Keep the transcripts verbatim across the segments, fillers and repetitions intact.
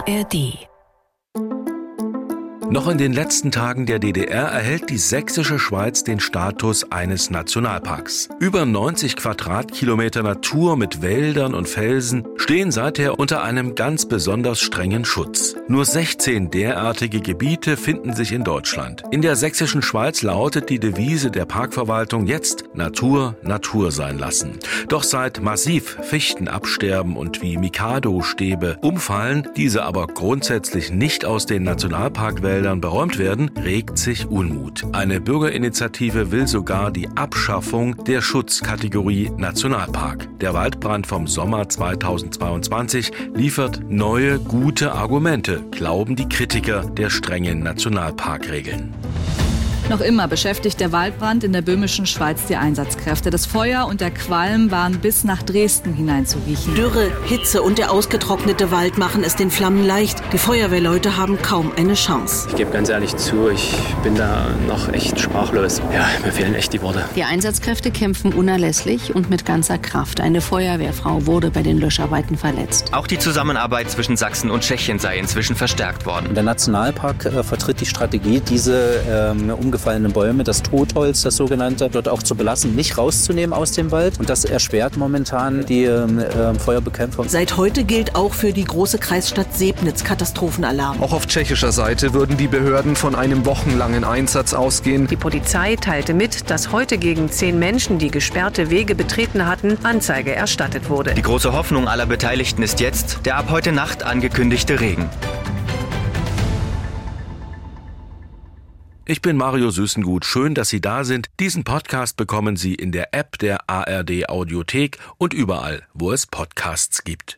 R D. Noch in den letzten Tagen der D D R erhält die sächsische Schweiz den Status eines Nationalparks. Über neunzig Quadratkilometer Natur mit Wäldern und Felsen stehen seither unter einem ganz besonders strengen Schutz. Nur sechzehn derartige Gebiete finden sich in Deutschland. In der sächsischen Schweiz lautet die Devise der Parkverwaltung jetzt Natur, Natur sein lassen. Doch seit massiv Fichten absterben und wie Mikado-Stäbe umfallen, diese aber grundsätzlich nicht aus den Nationalparkwäldern beräumt werden, regt sich Unmut. Eine Bürgerinitiative will sogar die Abschaffung der Schutzkategorie Nationalpark. Der Waldbrand vom Sommer zweitausendzweiundzwanzig liefert neue, gute Argumente, glauben die Kritiker der strengen Nationalparkregeln. Noch immer beschäftigt der Waldbrand in der böhmischen Schweiz die Einsatzkräfte. Das Feuer und der Qualm waren bis nach Dresden hinein zu riechen. Dürre, Hitze und der ausgetrocknete Wald machen es den Flammen leicht. Die Feuerwehrleute haben kaum eine Chance. Ich gebe ganz ehrlich zu, ich bin da noch echt sprachlos. Ja, mir fehlen echt die Worte. Die Einsatzkräfte kämpfen unerlässlich und mit ganzer Kraft. Eine Feuerwehrfrau wurde bei den Löscharbeiten verletzt. Auch die Zusammenarbeit zwischen Sachsen und Tschechien sei inzwischen verstärkt worden. Der Nationalpark äh, vertritt die Strategie, diese ähm, umgefallenen Bäume, das Totholz, das sogenannte, dort auch zu belassen, nicht rauszunehmen aus dem Wald. Und das erschwert momentan die äh, Feuerbekämpfung. Seit heute gilt auch für die große Kreisstadt Sebnitz Katastrophenalarm. Auch auf tschechischer Seite würden die Behörden von einem wochenlangen Einsatz ausgehen. Die Polizei teilte mit, dass heute gegen zehn Menschen, die gesperrte Wege betreten hatten, Anzeige erstattet wurde. Die große Hoffnung aller Beteiligten ist jetzt der ab heute Nacht angekündigte Regen. Ich bin Mario Süßengut. Schön, dass Sie da sind. Diesen Podcast bekommen Sie in der App der A R D Audiothek und überall, wo es Podcasts gibt.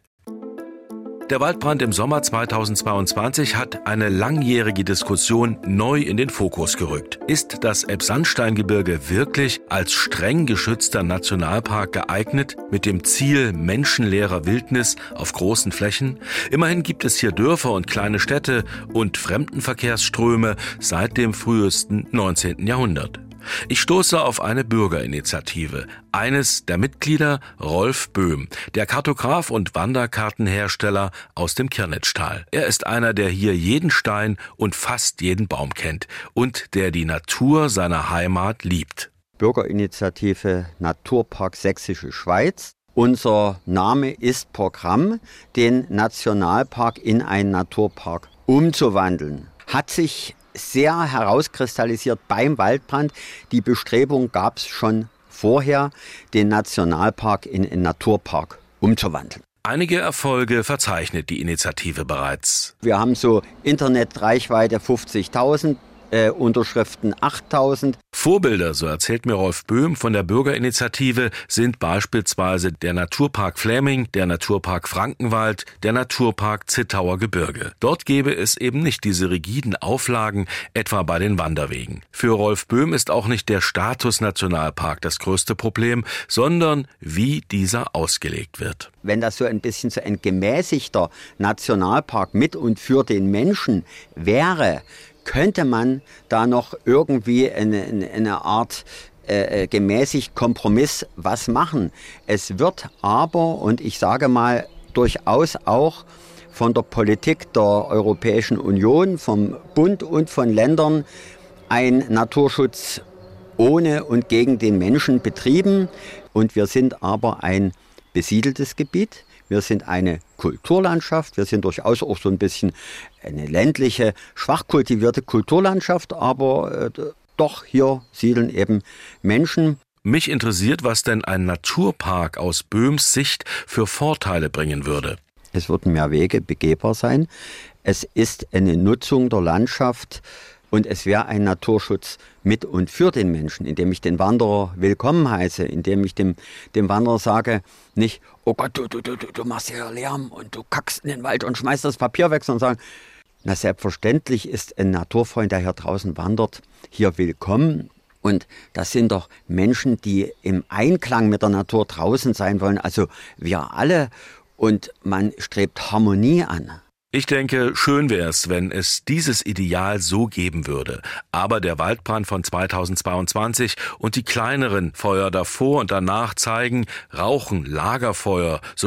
Der Waldbrand im Sommer zweitausendzweiundzwanzig hat eine langjährige Diskussion neu in den Fokus gerückt. Ist das Elbsandsteingebirge wirklich als streng geschützter Nationalpark geeignet, mit dem Ziel menschenleerer Wildnis auf großen Flächen? Immerhin gibt es hier Dörfer und kleine Städte und Fremdenverkehrsströme seit dem frühesten neunzehnten Jahrhundert. Ich stoße auf eine Bürgerinitiative. Eines der Mitglieder, Rolf Böhm, der Kartograf und Wanderkartenhersteller aus dem Kirnitschtal. Er ist einer, der hier jeden Stein und fast jeden Baum kennt und der die Natur seiner Heimat liebt. Bürgerinitiative Naturpark Sächsische Schweiz. Unser Name ist Programm, den Nationalpark in einen Naturpark umzuwandeln. Hat sich sehr herauskristallisiert beim Waldbrand. Die Bestrebung gab es schon vorher, den Nationalpark in einen Naturpark umzuwandeln. Einige Erfolge verzeichnet die Initiative bereits. Wir haben so Internetreichweite fünfzigtausend, äh, Unterschriften achttausend. Vorbilder, so erzählt mir Rolf Böhm von der Bürgerinitiative, sind beispielsweise der Naturpark Fläming, der Naturpark Frankenwald, der Naturpark Zittauer Gebirge. Dort gäbe es eben nicht diese rigiden Auflagen, etwa bei den Wanderwegen. Für Rolf Böhm ist auch nicht der Status Nationalpark das größte Problem, sondern wie dieser ausgelegt wird. Wenn das so ein bisschen so ein gemäßigter Nationalpark mit und für den Menschen wäre, könnte man da noch irgendwie eine, eine, eine Art äh, gemäßigt Kompromiss was machen. Es wird aber, und ich sage mal, durchaus auch von der Politik der Europäischen Union, vom Bund und von Ländern ein Naturschutz ohne und gegen den Menschen betrieben. Und wir sind aber ein besiedeltes Gebiet. Wir sind eine Kulturlandschaft, wir sind durchaus auch so ein bisschen eine ländliche, schwach kultivierte Kulturlandschaft, aber äh, doch hier siedeln eben Menschen. Mich interessiert, was denn ein Naturpark aus Böhms Sicht für Vorteile bringen würde. Es würden mehr Wege begehbar sein, es ist eine Nutzung der Landschaft und es wäre ein Naturschutz mit und für den Menschen, indem ich den Wanderer willkommen heiße, indem ich dem, dem Wanderer sage, nicht, oh Gott, du, du, du, du machst hier Lärm und du kackst in den Wald und schmeißt das Papier weg, sondern sagen, na selbstverständlich ist ein Naturfreund, der hier draußen wandert, hier willkommen. Und das sind doch Menschen, die im Einklang mit der Natur draußen sein wollen, also wir alle. Und man strebt Harmonie an. Ich denke, schön wäre es, wenn es dieses Ideal so geben würde. Aber der Waldbrand von zweitausendzweiundzwanzig und die kleineren Feuer davor und danach zeigen, Rauchen, Lagerfeuer, sogar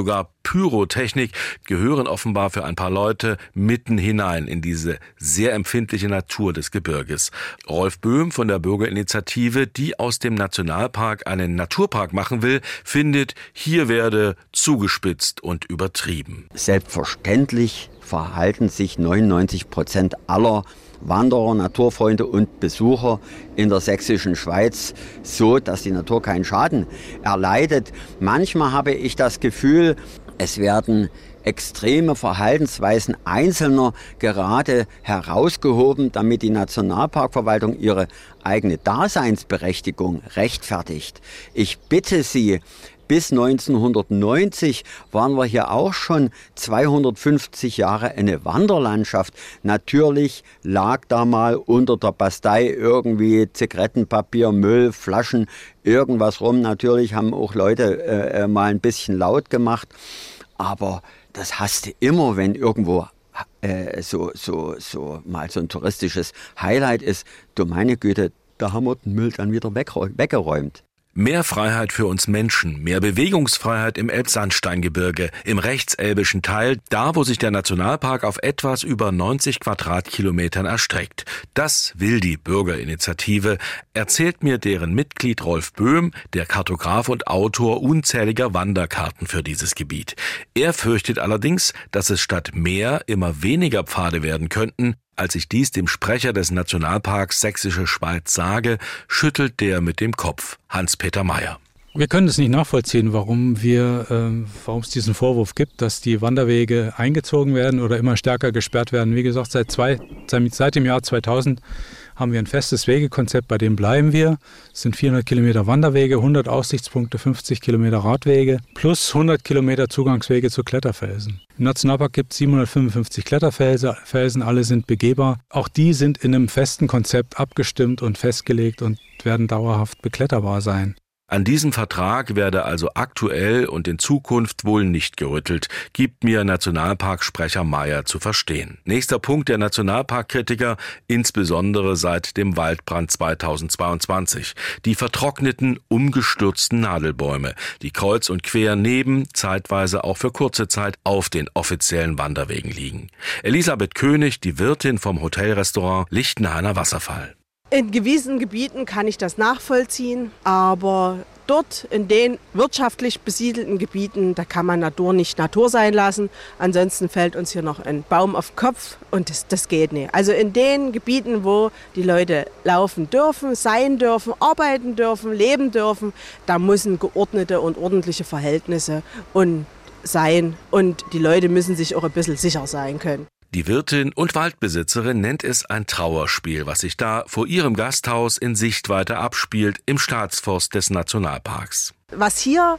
Pyrotechnik gehören offenbar für ein paar Leute mitten hinein in diese sehr empfindliche Natur des Gebirges. Rolf Böhm von der Bürgerinitiative, die aus dem Nationalpark einen Naturpark machen will, findet, hier werde zugespitzt und übertrieben. Selbstverständlich verhalten sich neunundneunzig Prozent aller Wanderer, Naturfreunde und Besucher in der sächsischen Schweiz so, dass die Natur keinen Schaden erleidet. Manchmal habe ich das Gefühl, es werden extreme Verhaltensweisen Einzelner gerade herausgehoben, damit die Nationalparkverwaltung ihre eigene Daseinsberechtigung rechtfertigt. Ich bitte Sie, bis neunzehnhundertneunzig waren wir hier auch schon zweihundertfünfzig Jahre eine Wanderlandschaft. Natürlich lag da mal unter der Bastei irgendwie Zigarettenpapier, Müll, Flaschen, irgendwas rum. Natürlich haben auch Leute äh, mal ein bisschen laut gemacht. Aber das hast du immer, wenn irgendwo äh, so, so, so mal so ein touristisches Highlight ist. Du meine Güte, da haben wir den Müll dann wieder weggeräumt. Mehr Freiheit für uns Menschen, mehr Bewegungsfreiheit im Elbsandsteingebirge, im rechtselbischen Teil, da wo sich der Nationalpark auf etwas über neunzig Quadratkilometern erstreckt. Das will die Bürgerinitiative, erzählt mir deren Mitglied Rolf Böhm, der Kartograf und Autor unzähliger Wanderkarten für dieses Gebiet. Er fürchtet allerdings, dass es statt mehr immer weniger Pfade werden könnten. Als ich dies dem Sprecher des Nationalparks Sächsische Schweiz sage, schüttelt der mit dem Kopf. Hans-Peter Meyer. Wir können es nicht nachvollziehen, warum wir, äh, warum es diesen Vorwurf gibt, dass die Wanderwege eingezogen werden oder immer stärker gesperrt werden. Wie gesagt, seit, zwei, seit dem Jahr zweitausend haben wir ein festes Wegekonzept, bei dem bleiben wir. Es sind vierhundert Kilometer Wanderwege, hundert Aussichtspunkte, fünfzig Kilometer Radwege plus hundert Kilometer Zugangswege zu Kletterfelsen. Im Nationalpark gibt es siebenhundertfünfundfünfzig Kletterfelsen, alle sind begehbar. Auch die sind in einem festen Konzept abgestimmt und festgelegt und werden dauerhaft bekletterbar sein. An diesem Vertrag werde also aktuell und in Zukunft wohl nicht gerüttelt, gibt mir Nationalparksprecher Meyer zu verstehen. Nächster Punkt der Nationalparkkritiker, insbesondere seit dem Waldbrand zweitausendzweiundzwanzig. Die vertrockneten, umgestürzten Nadelbäume, die kreuz und quer neben, zeitweise auch für kurze Zeit, auf den offiziellen Wanderwegen liegen. Elisabeth König, die Wirtin vom Hotelrestaurant Lichtenhainer Wasserfall. In gewissen Gebieten kann ich das nachvollziehen, aber dort in den wirtschaftlich besiedelten Gebieten, da kann man Natur nicht Natur sein lassen. Ansonsten fällt uns hier noch ein Baum auf den Kopf und das, das geht nicht. Also in den Gebieten, wo die Leute laufen dürfen, sein dürfen, arbeiten dürfen, leben dürfen, da müssen geordnete und ordentliche Verhältnisse und sein und die Leute müssen sich auch ein bisschen sicher sein können. Die Wirtin und Waldbesitzerin nennt es ein Trauerspiel, was sich da vor ihrem Gasthaus in Sichtweite abspielt im Staatsforst des Nationalparks. Was hier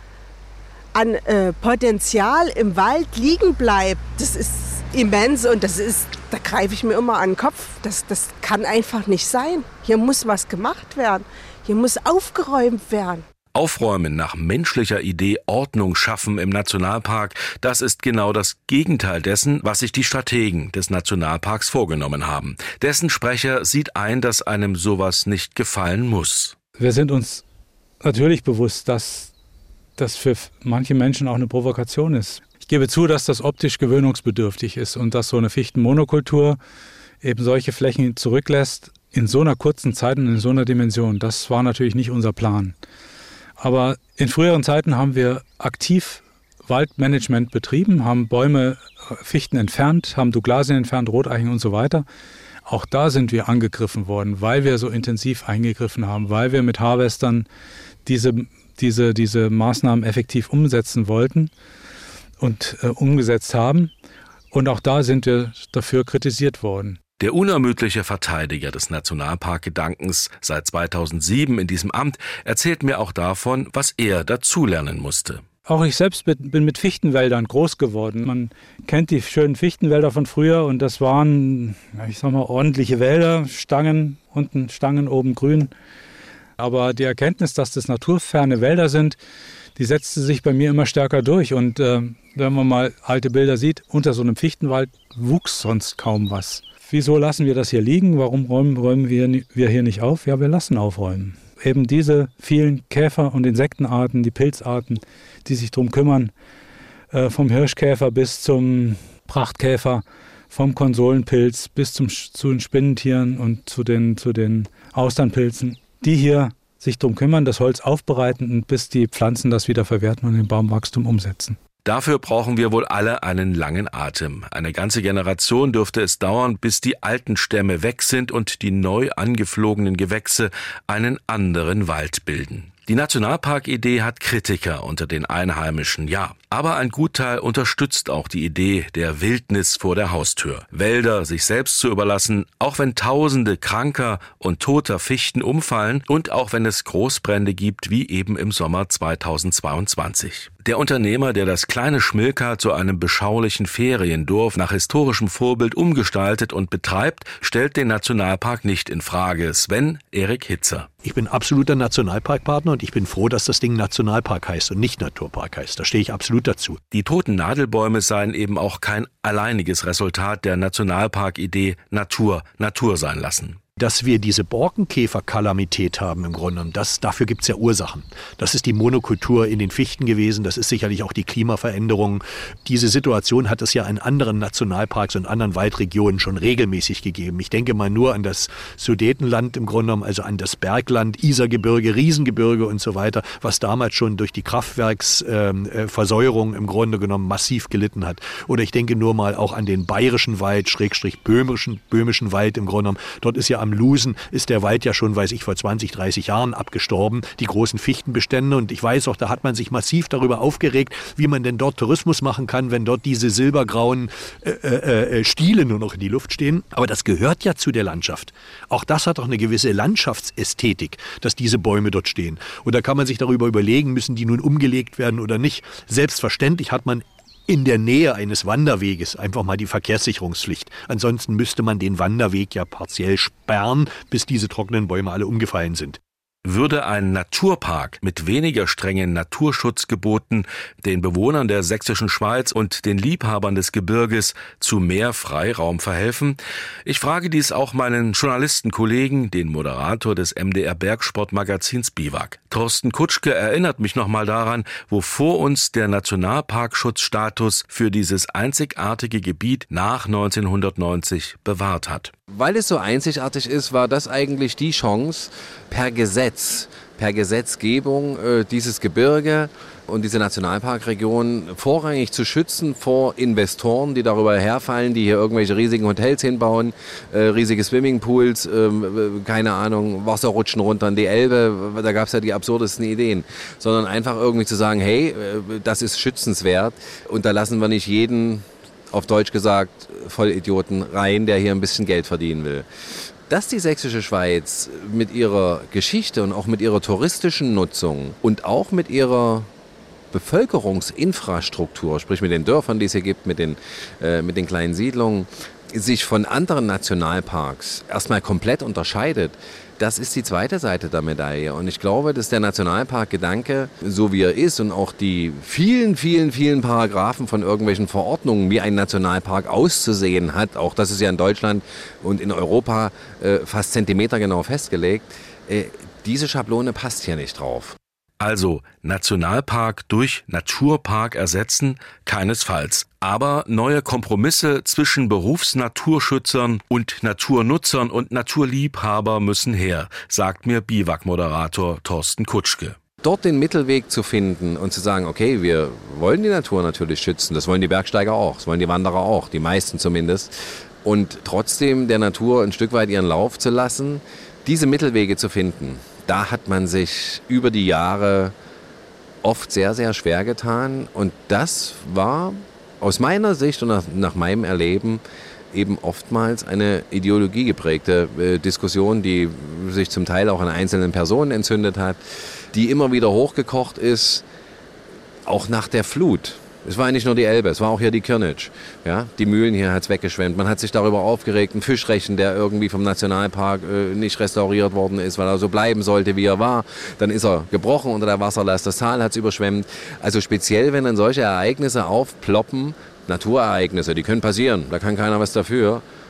an äh, Potenzial im Wald liegen bleibt, das ist immens und das ist, da greife ich mir immer an den Kopf. Das, das kann einfach nicht sein. Hier muss was gemacht werden. Hier muss aufgeräumt werden. Aufräumen nach menschlicher Idee, Ordnung schaffen im Nationalpark, das ist genau das Gegenteil dessen, was sich die Strategen des Nationalparks vorgenommen haben. Dessen Sprecher sieht ein, dass einem sowas nicht gefallen muss. Wir sind uns natürlich bewusst, dass das für manche Menschen auch eine Provokation ist. Ich gebe zu, dass das optisch gewöhnungsbedürftig ist und dass so eine Fichtenmonokultur eben solche Flächen zurücklässt in so einer kurzen Zeit und in so einer Dimension. Das war natürlich nicht unser Plan. Aber in früheren Zeiten haben wir aktiv Waldmanagement betrieben, haben Bäume, Fichten entfernt, haben Douglasien entfernt, Roteichen und so weiter. Auch da sind wir angegriffen worden, weil wir so intensiv eingegriffen haben, weil wir mit Harvestern diese, diese, diese Maßnahmen effektiv umsetzen wollten und äh, umgesetzt haben. Und auch da sind wir dafür kritisiert worden. Der unermüdliche Verteidiger des Nationalparkgedankens, seit zweitausendsieben in diesem Amt, erzählt mir auch davon, was er dazulernen musste. Auch ich selbst bin mit Fichtenwäldern groß geworden. Man kennt die schönen Fichtenwälder von früher und das waren, ich sag mal, ordentliche Wälder, Stangen, unten Stangen, oben grün. Aber die Erkenntnis, dass das naturferne Wälder sind, die setzte sich bei mir immer stärker durch. Und äh, wenn man mal alte Bilder sieht, unter so einem Fichtenwald wuchs sonst kaum was. Wieso lassen wir das hier liegen? Warum räumen, räumen wir, wir hier nicht auf? Ja, wir lassen aufräumen. Eben diese vielen Käfer- und Insektenarten, die Pilzarten, die sich darum kümmern, äh, vom Hirschkäfer bis zum Prachtkäfer, vom Konsolenpilz bis zum, zu den Spinnentieren und zu den, zu den Austernpilzen, die hier sich darum kümmern, das Holz aufbereiten und bis die Pflanzen das wieder verwerten und den Baumwachstum umsetzen. Dafür brauchen wir wohl alle einen langen Atem. Eine ganze Generation dürfte es dauern, bis die alten Stämme weg sind und die neu angeflogenen Gewächse einen anderen Wald bilden. Die Nationalparkidee hat Kritiker unter den Einheimischen, ja. Aber ein Gutteil unterstützt auch die Idee der Wildnis vor der Haustür. Wälder sich selbst zu überlassen, auch wenn tausende kranker und toter Fichten umfallen und auch wenn es Großbrände gibt, wie eben im Sommer zweitausendzweiundzwanzig. Der Unternehmer, der das kleine Schmilka zu einem beschaulichen Feriendorf nach historischem Vorbild umgestaltet und betreibt, stellt den Nationalpark nicht in Frage. Sven Erik Hitzer. Ich bin absoluter Nationalparkpartner und ich bin froh, dass das Ding Nationalpark heißt und nicht Naturpark heißt. Da stehe ich absolut dazu. Die toten Nadelbäume seien eben auch kein alleiniges Resultat der Nationalparkidee Natur, Natur sein lassen. Dass wir diese Borkenkäfer-Kalamität haben im Grunde genommen, das, dafür gibt es ja Ursachen. Das ist die Monokultur in den Fichten gewesen, das ist sicherlich auch die Klimaveränderung. Diese Situation hat es ja in anderen Nationalparks und anderen Waldregionen schon regelmäßig gegeben. Ich denke mal nur an das Sudetenland im Grunde genommen, also an das Bergland, Isergebirge, Riesengebirge und so weiter, was damals schon durch die Kraftwerksversäuerung äh, im Grunde genommen massiv gelitten hat. Oder ich denke nur mal auch an den bayerischen Wald, Schrägstrich böhmischen, böhmischen Wald im Grunde genommen. Dort ist ja am Lusen ist der Wald ja schon, weiß ich, vor zwanzig, dreißig Jahren abgestorben, die großen Fichtenbestände. Und ich weiß auch, da hat man sich massiv darüber aufgeregt, wie man denn dort Tourismus machen kann, wenn dort diese silbergrauen äh, äh, Stiele nur noch in die Luft stehen. Aber das gehört ja zu der Landschaft. Auch das hat doch eine gewisse Landschaftsästhetik, dass diese Bäume dort stehen. Und da kann man sich darüber überlegen, müssen die nun umgelegt werden oder nicht. Selbstverständlich hat man in der Nähe eines Wanderweges einfach mal die Verkehrssicherungspflicht. Ansonsten müsste man den Wanderweg ja partiell sperren, bis diese trockenen Bäume alle umgefallen sind. Würde ein Naturpark mit weniger strengen Naturschutzgeboten den Bewohnern der sächsischen Schweiz und den Liebhabern des Gebirges zu mehr Freiraum verhelfen? Ich frage dies auch meinen Journalistenkollegen, den Moderator des M D R Bergsportmagazins Biwak. Thorsten Kutschke erinnert mich nochmal daran, wovor uns der Nationalparkschutzstatus für dieses einzigartige Gebiet nach neunzehnhundertneunzig bewahrt hat. Weil es so einzigartig ist, war das eigentlich die Chance, per Gesetz, per Gesetzgebung äh, dieses Gebirge und diese Nationalparkregion vorrangig zu schützen vor Investoren, die darüber herfallen, die hier irgendwelche riesigen Hotels hinbauen, äh, riesige Swimmingpools, äh, keine Ahnung, Wasserrutschen runter in die Elbe, da gab es ja die absurdesten Ideen. Sondern einfach irgendwie zu sagen, hey, äh, das ist schützenswert und da lassen wir nicht jeden, auf Deutsch gesagt, Vollidioten rein, der hier ein bisschen Geld verdienen will. Dass die sächsische Schweiz mit ihrer Geschichte und auch mit ihrer touristischen Nutzung und auch mit ihrer Bevölkerungsinfrastruktur, sprich mit den Dörfern, die es hier gibt, mit den, äh, mit den kleinen Siedlungen, sich von anderen Nationalparks erstmal komplett unterscheidet, das ist die zweite Seite der Medaille. Und ich glaube, dass der Nationalparkgedanke, so wie er ist und auch die vielen, vielen, vielen Paragraphen von irgendwelchen Verordnungen, wie ein Nationalpark auszusehen hat, auch das ist ja in Deutschland und in Europa äh, fast zentimetergenau festgelegt, äh, diese Schablone passt hier nicht drauf. Also Nationalpark durch Naturpark ersetzen? Keinesfalls. Aber neue Kompromisse zwischen Berufsnaturschützern und Naturnutzern und Naturliebhaber müssen her, sagt mir Biwak-Moderator Thorsten Kutschke. Dort den Mittelweg zu finden und zu sagen, okay, wir wollen die Natur natürlich schützen, das wollen die Bergsteiger auch, das wollen die Wanderer auch, die meisten zumindest, und trotzdem der Natur ein Stück weit ihren Lauf zu lassen, diese Mittelwege zu finden. Da hat man sich über die Jahre oft sehr, sehr schwer getan. Und das war aus meiner Sicht und nach, nach meinem Erleben eben oftmals eine ideologiegeprägte äh, Diskussion, die sich zum Teil auch an einzelnen Personen entzündet hat, die immer wieder hochgekocht ist, auch nach der Flut. Es war nicht nur die Elbe, es war auch hier die Kirnitsch. Ja, die Mühlen hier hat es weggeschwemmt. Man hat sich darüber aufgeregt, ein Fischrechen, der irgendwie vom Nationalpark äh, nicht restauriert worden ist, weil er so bleiben sollte, wie er war. Dann ist er gebrochen unter der Wasserlast, das Tal hat es überschwemmt. Also speziell, wenn dann solche Ereignisse aufploppen, Naturereignisse, die können passieren, da kann keiner was dafür,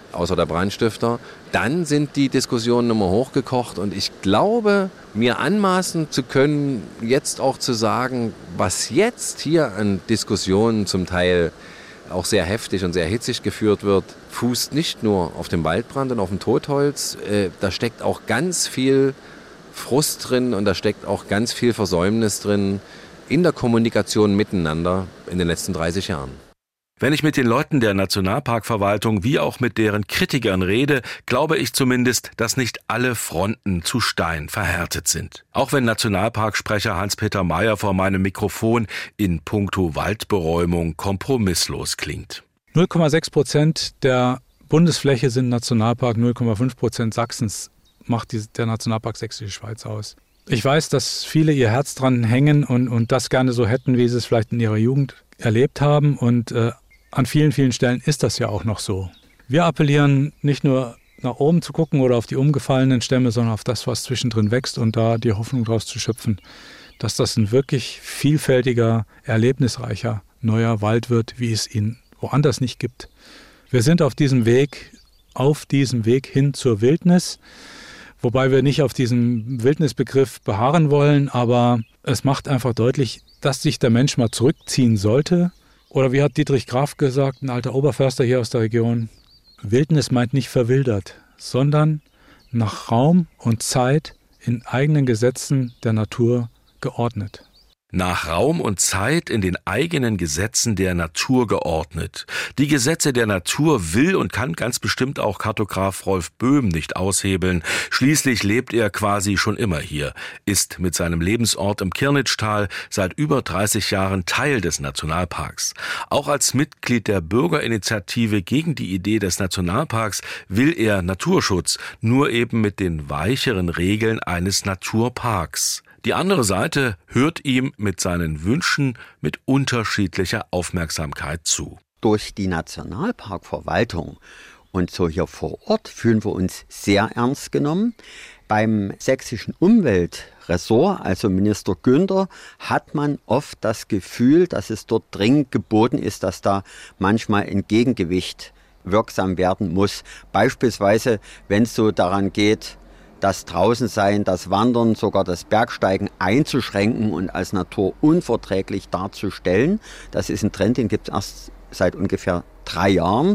außer der Brandstifter. Dann sind die Diskussionen nochmal hochgekocht und ich glaube, mir anmaßen zu können, jetzt auch zu sagen, was jetzt hier an Diskussionen zum Teil auch sehr heftig und sehr hitzig geführt wird, fußt nicht nur auf dem Waldbrand und auf dem Totholz. Äh, da steckt auch ganz viel Frust drin und da steckt auch ganz viel Versäumnis drin in der Kommunikation miteinander in den letzten dreißig Jahren. Wenn ich mit den Leuten der Nationalparkverwaltung wie auch mit deren Kritikern rede, glaube ich zumindest, dass nicht alle Fronten zu Stein verhärtet sind. Auch wenn Nationalparksprecher Hans-Peter Mayer vor meinem Mikrofon in puncto Waldberäumung kompromisslos klingt. null Komma sechs Prozent der Bundesfläche sind Nationalpark, null Komma fünf Prozent Sachsens macht die, der Nationalpark Sächsische Schweiz aus. Ich weiß, dass viele ihr Herz dran hängen und, und das gerne so hätten, wie sie es vielleicht in ihrer Jugend erlebt haben und äh, an vielen, vielen Stellen ist das ja auch noch so. Wir appellieren nicht nur nach oben zu gucken oder auf die umgefallenen Stämme, sondern auf das, was zwischendrin wächst und da die Hoffnung daraus zu schöpfen, dass das ein wirklich vielfältiger, erlebnisreicher neuer Wald wird, wie es ihn woanders nicht gibt. Wir sind auf diesem Weg, auf diesem Weg hin zur Wildnis, wobei wir nicht auf diesem Wildnisbegriff beharren wollen, aber es macht einfach deutlich, dass sich der Mensch mal zurückziehen sollte. Oder wie hat Dietrich Graf gesagt, ein alter Oberförster hier aus der Region, Wildnis meint nicht verwildert, sondern nach Raum und Zeit in eigenen Gesetzen der Natur geordnet. Nach Raum und Zeit in den eigenen Gesetzen der Natur geordnet. Die Gesetze der Natur will und kann ganz bestimmt auch Kartograf Rolf Böhm nicht aushebeln. Schließlich lebt er quasi schon immer hier, ist mit seinem Lebensort im Kirnitschtal seit über dreißig Jahren Teil des Nationalparks. Auch als Mitglied der Bürgerinitiative gegen die Idee des Nationalparks will er Naturschutz, nur eben mit den weicheren Regeln eines Naturparks. Die andere Seite hört ihm mit seinen Wünschen mit unterschiedlicher Aufmerksamkeit zu. Durch die Nationalparkverwaltung und so hier vor Ort fühlen wir uns sehr ernst genommen. Beim sächsischen Umweltressort, also Minister Günther, hat man oft das Gefühl, dass es dort dringend geboten ist, dass da manchmal ein Gegengewicht wirksam werden muss. Beispielsweise, wenn es so daran geht, das Draußensein, das Wandern, sogar das Bergsteigen einzuschränken und als naturunverträglich darzustellen. Das ist ein Trend, den gibt es erst seit ungefähr drei Jahren.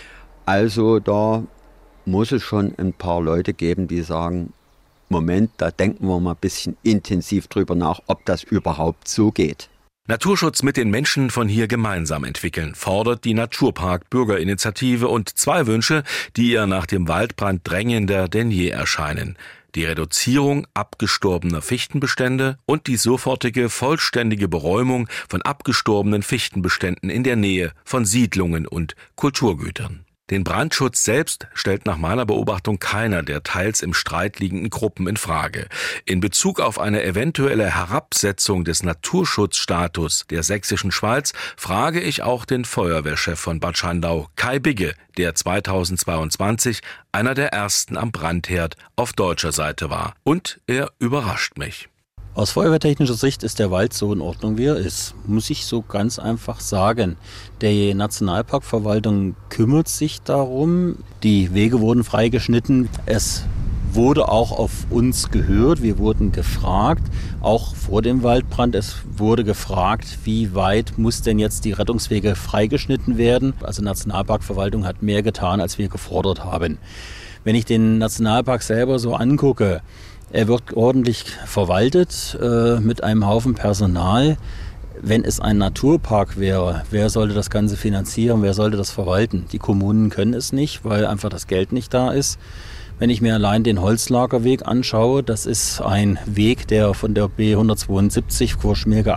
Also da muss es schon ein paar Leute geben, die sagen, Moment, da denken wir mal ein bisschen intensiv drüber nach, ob das überhaupt so geht. Naturschutz mit den Menschen von hier gemeinsam entwickeln, fordert die Naturpark-Bürgerinitiative und zwei Wünsche, die ihr nach dem Waldbrand drängender denn je erscheinen. Die Reduzierung abgestorbener Fichtenbestände und die sofortige vollständige Beräumung von abgestorbenen Fichtenbeständen in der Nähe von Siedlungen und Kulturgütern. Den Brandschutz selbst stellt nach meiner Beobachtung keiner der teils im Streit liegenden Gruppen in Frage. In Bezug auf eine eventuelle Herabsetzung des Naturschutzstatus der Sächsischen Schweiz frage ich auch den Feuerwehrchef von Bad Schandau, Kai Bigge, der zweitausendzweiundzwanzig einer der ersten am Brandherd auf deutscher Seite war. Und er überrascht mich. Aus feuerwehrtechnischer Sicht ist der Wald so in Ordnung, wie er ist. Muss ich so ganz einfach sagen. Die Nationalparkverwaltung kümmert sich darum. Die Wege wurden freigeschnitten. Es wurde auch auf uns gehört. Wir wurden gefragt, auch vor dem Waldbrand. Es wurde gefragt, wie weit muss denn jetzt die Rettungswege freigeschnitten werden. Also die Nationalparkverwaltung hat mehr getan, als wir gefordert haben. Wenn ich den Nationalpark selber so angucke, er wird ordentlich verwaltet äh, mit einem Haufen Personal. Wenn es ein Naturpark wäre, wer sollte das Ganze finanzieren, wer sollte das verwalten? Die Kommunen können es nicht, weil einfach das Geld nicht da ist. Wenn ich mir allein den Holzlagerweg anschaue, das ist ein Weg, der von der B hundertzweiundsiebzig vor Schmäger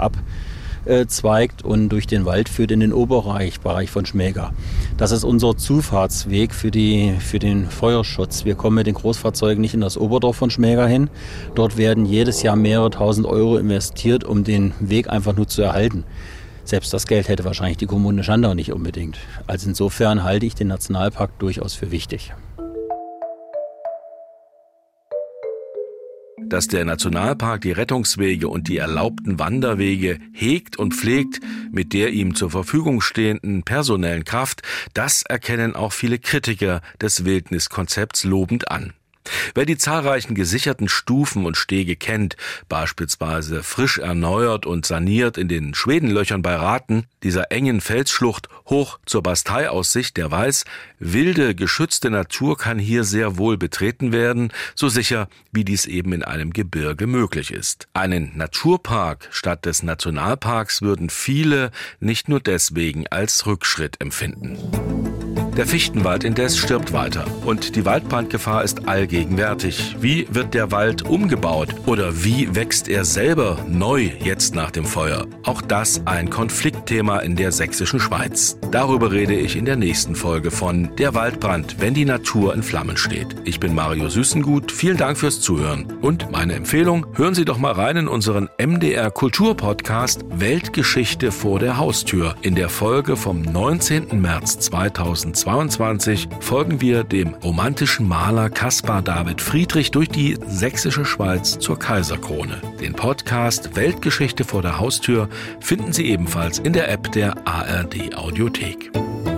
abzweigt und durch den Wald führt in den Oberbereich Bereich von Schmäger. Das ist unser Zufahrtsweg für, die, für den Feuerschutz. Wir kommen mit den Großfahrzeugen nicht in das Oberdorf von Schmäger hin. Dort werden jedes Jahr mehrere tausend Euro investiert, um den Weg einfach nur zu erhalten. Selbst das Geld hätte wahrscheinlich die Kommune Schandau nicht unbedingt. Also insofern halte ich den Nationalpark durchaus für wichtig. dass der Nationalpark die Rettungswege und die erlaubten Wanderwege hegt und pflegt mit der ihm zur Verfügung stehenden personellen Kraft, das erkennen auch viele Kritiker des Wildniskonzepts lobend an. Wer die zahlreichen gesicherten Stufen und Stege kennt, beispielsweise frisch erneuert und saniert in den Schwedenlöchern bei Rathen, dieser engen Felsschlucht hoch zur Basteiaussicht, der weiß, wilde, geschützte Natur kann hier sehr wohl betreten werden, so sicher, wie dies eben in einem Gebirge möglich ist. Einen Naturpark statt des Nationalparks würden viele nicht nur deswegen als Rückschritt empfinden. Der Fichtenwald indes stirbt weiter und die Waldbrandgefahr ist allgegenwärtig. Wie wird der Wald umgebaut oder wie wächst er selber neu jetzt nach dem Feuer? Auch das ein Konfliktthema in der sächsischen Schweiz. Darüber rede ich in der nächsten Folge von Der Waldbrand, wenn die Natur in Flammen steht. Ich bin Mario Süßengut, vielen Dank fürs Zuhören. Und meine Empfehlung, hören Sie doch mal rein in unseren M D R Kulturpodcast Weltgeschichte vor der Haustür. In der Folge vom neunzehnten März zweitausendzweiundzwanzig folgen wir dem romantischen Maler Caspar David Friedrich durch die sächsische Schweiz zur Kaiserkrone. Den Podcast Weltgeschichte vor der Haustür finden Sie ebenfalls in der App der A R D Audiothek.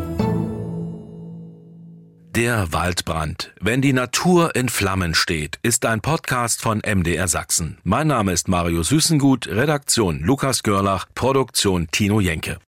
Der Waldbrand, wenn die Natur in Flammen steht, ist ein Podcast von M D R Sachsen. Mein Name ist Mario Süßengut, Redaktion Lukas Görlach, Produktion Tino Jenke.